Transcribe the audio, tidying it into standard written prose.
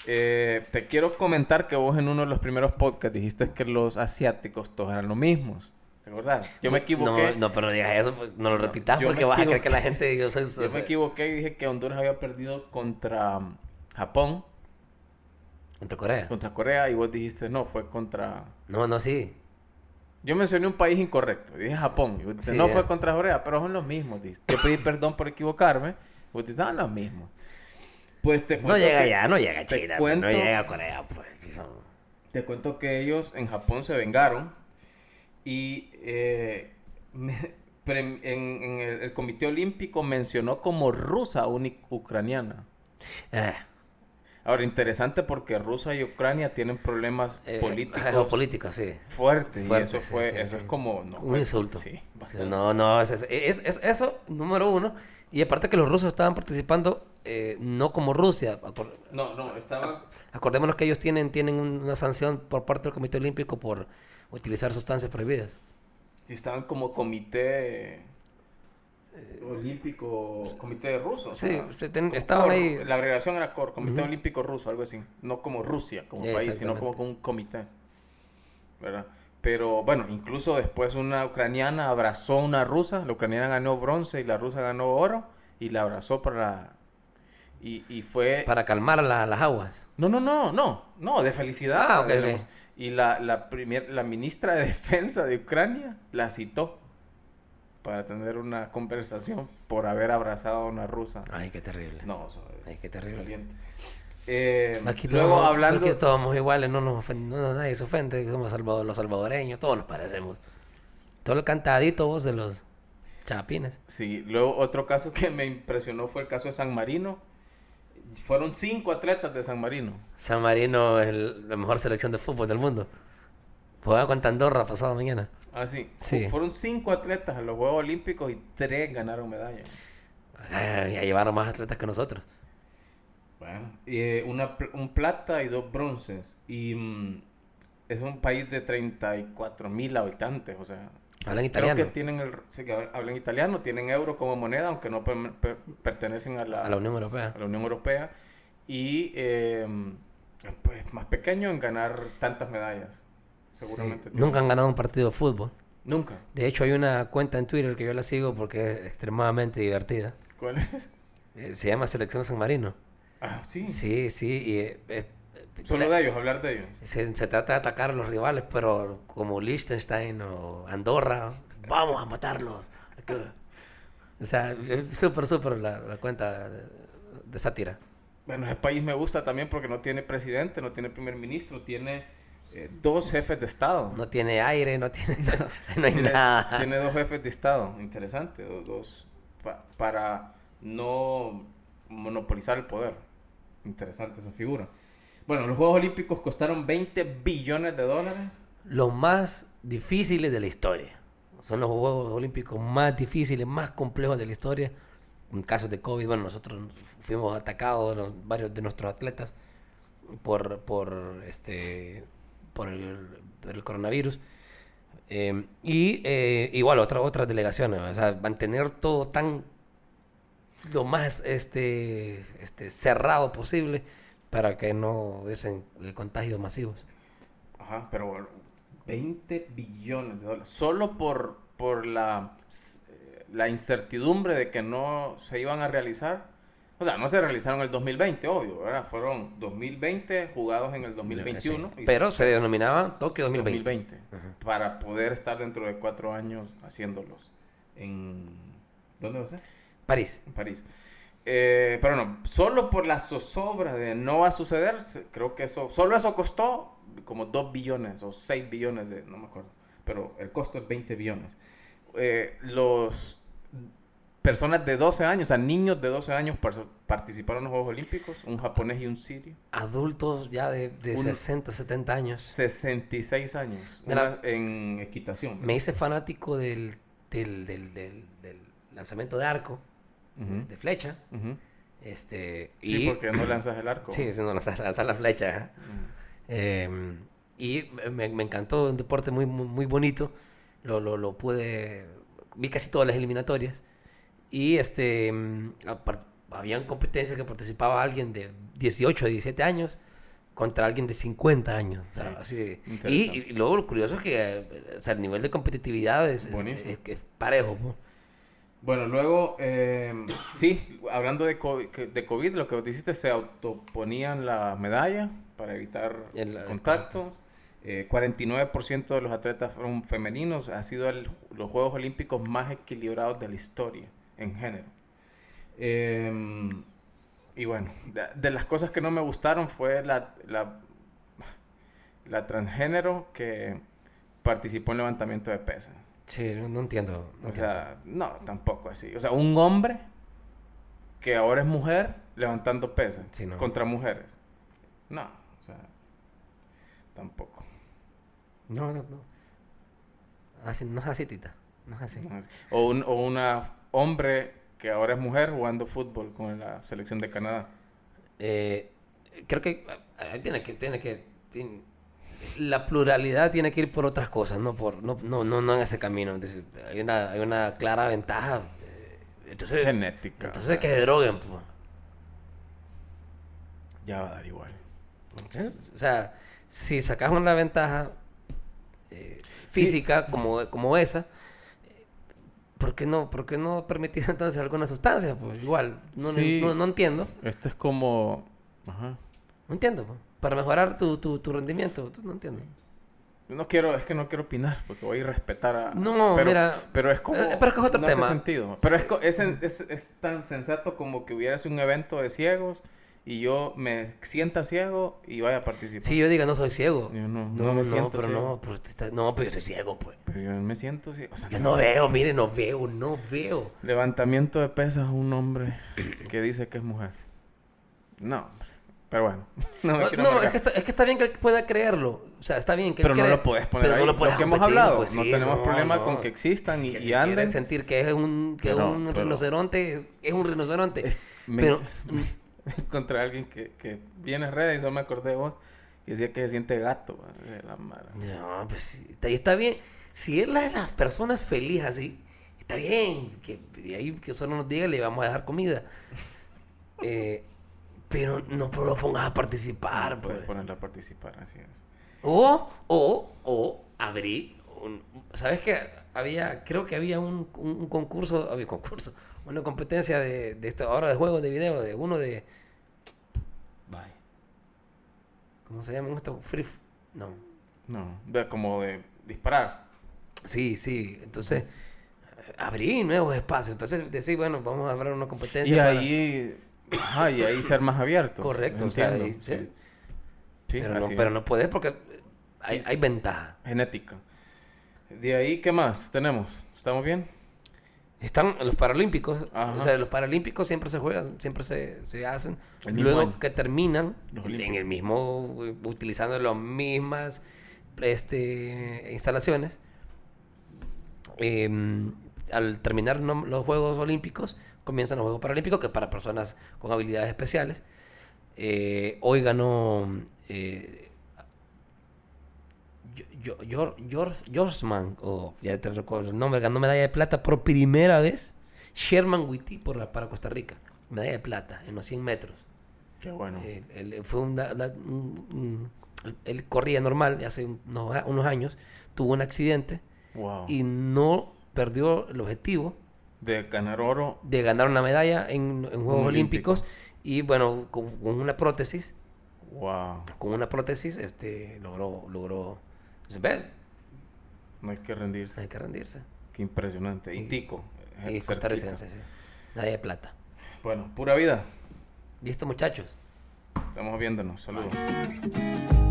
Te quiero comentar que vos en uno de los primeros podcasts dijiste que los asiáticos todos eran los mismos. ¿Te acordás? Yo me equivoqué. No, pero digas eso, no lo repitas porque vas a creer que la gente... Yo me equivoqué y dije que Honduras había perdido contra Japón. ¿Contra Corea y vos dijiste no, fue contra... No, sí. Yo mencioné un país incorrecto. Dije Japón. Y vos dijiste, no fue contra Corea, pero son los mismos. Yo pedí perdón por equivocarme. Vos dijiste, no, los mismos. Pues te cuento no llega China, no llega Corea. Pues. Te cuento que ellos en Japón se vengaron y el Comité Olímpico mencionó como rusa a una ucraniana. Ahora, interesante porque Rusia y Ucrania tienen problemas políticos. Geopolíticos, sí. Fuertes. Y eso es como... No, un insulto. Sí. Eso, número uno. Y aparte que los rusos estaban participando no como Rusia. Estaban... Acordémonos que ellos tienen una sanción por parte del Comité Olímpico por utilizar sustancias prohibidas. Y estaban como comité... olímpico, comité ruso. Sí, estaban ahí. La agregación era COR, Comité Olímpico Ruso, algo así. No como Rusia, como país, sino como un comité. ¿Verdad? Pero bueno, incluso después una ucraniana abrazó a una rusa. La ucraniana ganó bronce y la rusa ganó oro. Y la abrazó y fue... Para calmar las aguas. No, de felicidad. Okay. Y la ministra de Defensa de Ucrania la citó para tener una conversación por haber abrazado a una rusa. Ay, qué terrible. No, eso es... Ay, qué terrible. Caliente. Aquí todos iguales, nadie se ofende, somos los salvadoreños, todos nos parecemos. Todo el cantadito vos de los chapines. Sí, luego otro caso que me impresionó fue el caso de San Marino. Fueron 5 atletas de San Marino. San Marino es la mejor selección de fútbol del mundo. Juega contra Andorra pasado mañana. Ah, sí. Sí. Fueron 5 atletas a los Juegos Olímpicos y 3 ganaron medallas. Ya llevaron más atletas que nosotros. Bueno, un plata y 2 bronces. Y es un país de 34,000 habitantes, o sea... Hablan italiano. Creo que tienen hablan italiano, tienen euro como moneda, aunque no pertenecen a la Unión Europea. A la Unión Europea. Y pues más pequeño en ganar tantas medallas. Seguramente. Sí. Nunca han ganado un partido de fútbol. Nunca. De hecho, hay una cuenta en Twitter que yo la sigo porque es extremadamente divertida. ¿Cuál es? Se llama Selección San Marino. Ah, sí. Sí. Solo de ellos, hablar de ellos. Se trata de atacar a los rivales, pero como Liechtenstein o Andorra, vamos a matarlos. O sea, es súper la cuenta de sátira. Bueno, ese país me gusta también porque no tiene presidente, no tiene primer ministro, tiene 2 jefes de Estado. No tiene aire, no hay nada. Tiene 2 jefes de Estado, interesante, para no monopolizar el poder. Interesante esa figura. Bueno, los Juegos Olímpicos costaron $20 billones. Los más difíciles de la historia. Son los Juegos Olímpicos más difíciles, más complejos de la historia. En casos de COVID, bueno, nosotros fuimos atacados, varios de nuestros atletas, por el coronavirus. Igual otras delegaciones. O sea, mantener todo lo más cerrado posible para que no hubiesen contagios masivos. Ajá, pero bueno, $20 billones. Solo por la incertidumbre de que no se iban a realizar. O sea, no se realizaron en el 2020, obvio, ¿verdad? Fueron 2020 jugados en el 2021. Sí, pero se denominaba Tokio 2020. Para poder estar dentro de 4 años haciéndolos. ¿Dónde va a ser? París. En París. Pero no, solo por la zozobra de no va a suceder, creo que solo eso costó como 2 billones o 6 billones, no me acuerdo, pero el costo es 20 billones. Los personas de 12 años, o sea, niños de 12 años participaron en los Juegos Olímpicos, un japonés y un sirio. Adultos ya de 60, 70 años. 66 años. Mira, en equitación. Me hice fanático del lanzamiento de arco. De flecha. Sí, porque no lanzas el arco. Sí, no lanzas la flecha. Y me encantó, un deporte muy, muy bonito. Lo pude... Vi casi todas las eliminatorias. Y habían competencias que participaba alguien de 18, 17 años. contra alguien de 50 años. O sea, así y luego lo curioso es que o sea, el nivel de competitividad es parejo. Pues. Bueno, luego, sí, hablando de COVID, lo que vos dijiste, se autoponían la medalla para evitar contacto. 49% de los atletas fueron femeninos. Ha sido los Juegos Olímpicos más equilibrados de la historia en género. Y bueno, de las cosas que no me gustaron fue la transgénero que participó en levantamiento de pesas. Sí, no entiendo. O sea, no, tampoco así. O sea, un hombre que ahora es mujer levantando pesas contra mujeres. No, o sea, tampoco. No. Así, no es así, tita. No es así. No es así. O una hombre que ahora es mujer jugando fútbol con la selección de Canadá. Creo que la pluralidad tiene que ir por otras cosas, no en ese camino. Entonces, hay una clara ventaja. Entonces, genética. Entonces que se droguen, pues. Ya va a dar igual. ¿Sí? O sea, si sacas una ventaja física como esa, ¿por qué no permitir entonces alguna sustancia? Pues igual, no entiendo. Esto es como... Ajá. No entiendo, pues. Para mejorar tu rendimiento, no entiendo. Es que no quiero opinar, porque voy a respetar a... No, mira... Pero es como... Pero es que es otro tema. No hace sentido. Pero es tan sensato como que hubiera un evento de ciegos y yo me sienta ciego y vaya a participar. Sí, yo diga, no soy ciego. Yo no me siento pero ciego. Pero yo soy ciego, pues. Pero yo me siento ciego. O sea, yo no veo. Levantamiento de pesas, un hombre que dice que es mujer. No, hombre. Pero bueno, es que está bien que él pueda creerlo. O sea, está bien que pero él no lo puedes poner ahí. No lo puedes lo que hemos hablado. Pues, no tenemos problema con que existan y anden. Quiere sentir que es un rinoceronte. Es un rinoceronte. Pero... Encontré a alguien que viene a redes y solo me acordé de vos. Que decía que se siente gato. De la mara. No, pues está bien. Si él es las personas felices así, está bien. De ahí que solo nos diga, le vamos a dejar comida. Pero no lo pongas a participar. No puedes ponerlo a participar, así es. O abrí ¿sabes qué? Creo que había un concurso, una competencia de esto ahora de juegos de video, de uno de... Bye. ¿Cómo se llama esto? No, como de disparar. Sí, entonces abrí nuevos espacios, entonces decir, bueno, vamos a abrir una competencia y ahí ser más abierto. Correcto, entiendo. O sea, sí. Sí, pero no puedes porque hay ventaja. Genética. De ahí, ¿qué más tenemos? ¿Estamos bien? Están los Paralímpicos. Ajá. O sea, los Paralímpicos siempre se juegan, siempre se hacen. Luego año. Que terminan en el mismo, utilizando las mismas instalaciones. Al terminar los Juegos Olímpicos, comienzan los Juegos Paralímpicos, que es para personas con habilidades especiales. Hoy ganó Jorsman, ya te recuerdo el nombre, ganó medalla de plata por primera vez. Sherman Witty para Costa Rica, medalla de plata en los 100 metros. Qué bueno. Él corría normal hace unos años, tuvo un accidente y no perdió el objetivo de ganar oro, de ganar una medalla en Juegos Olímpicos. Y bueno, con una prótesis, logró. No hay que rendirse. Qué impresionante. Y Tico. Y costarricense, sí. Medalla de plata. Bueno, pura vida. Listo, muchachos. Estamos viéndonos. Saludos. Bye.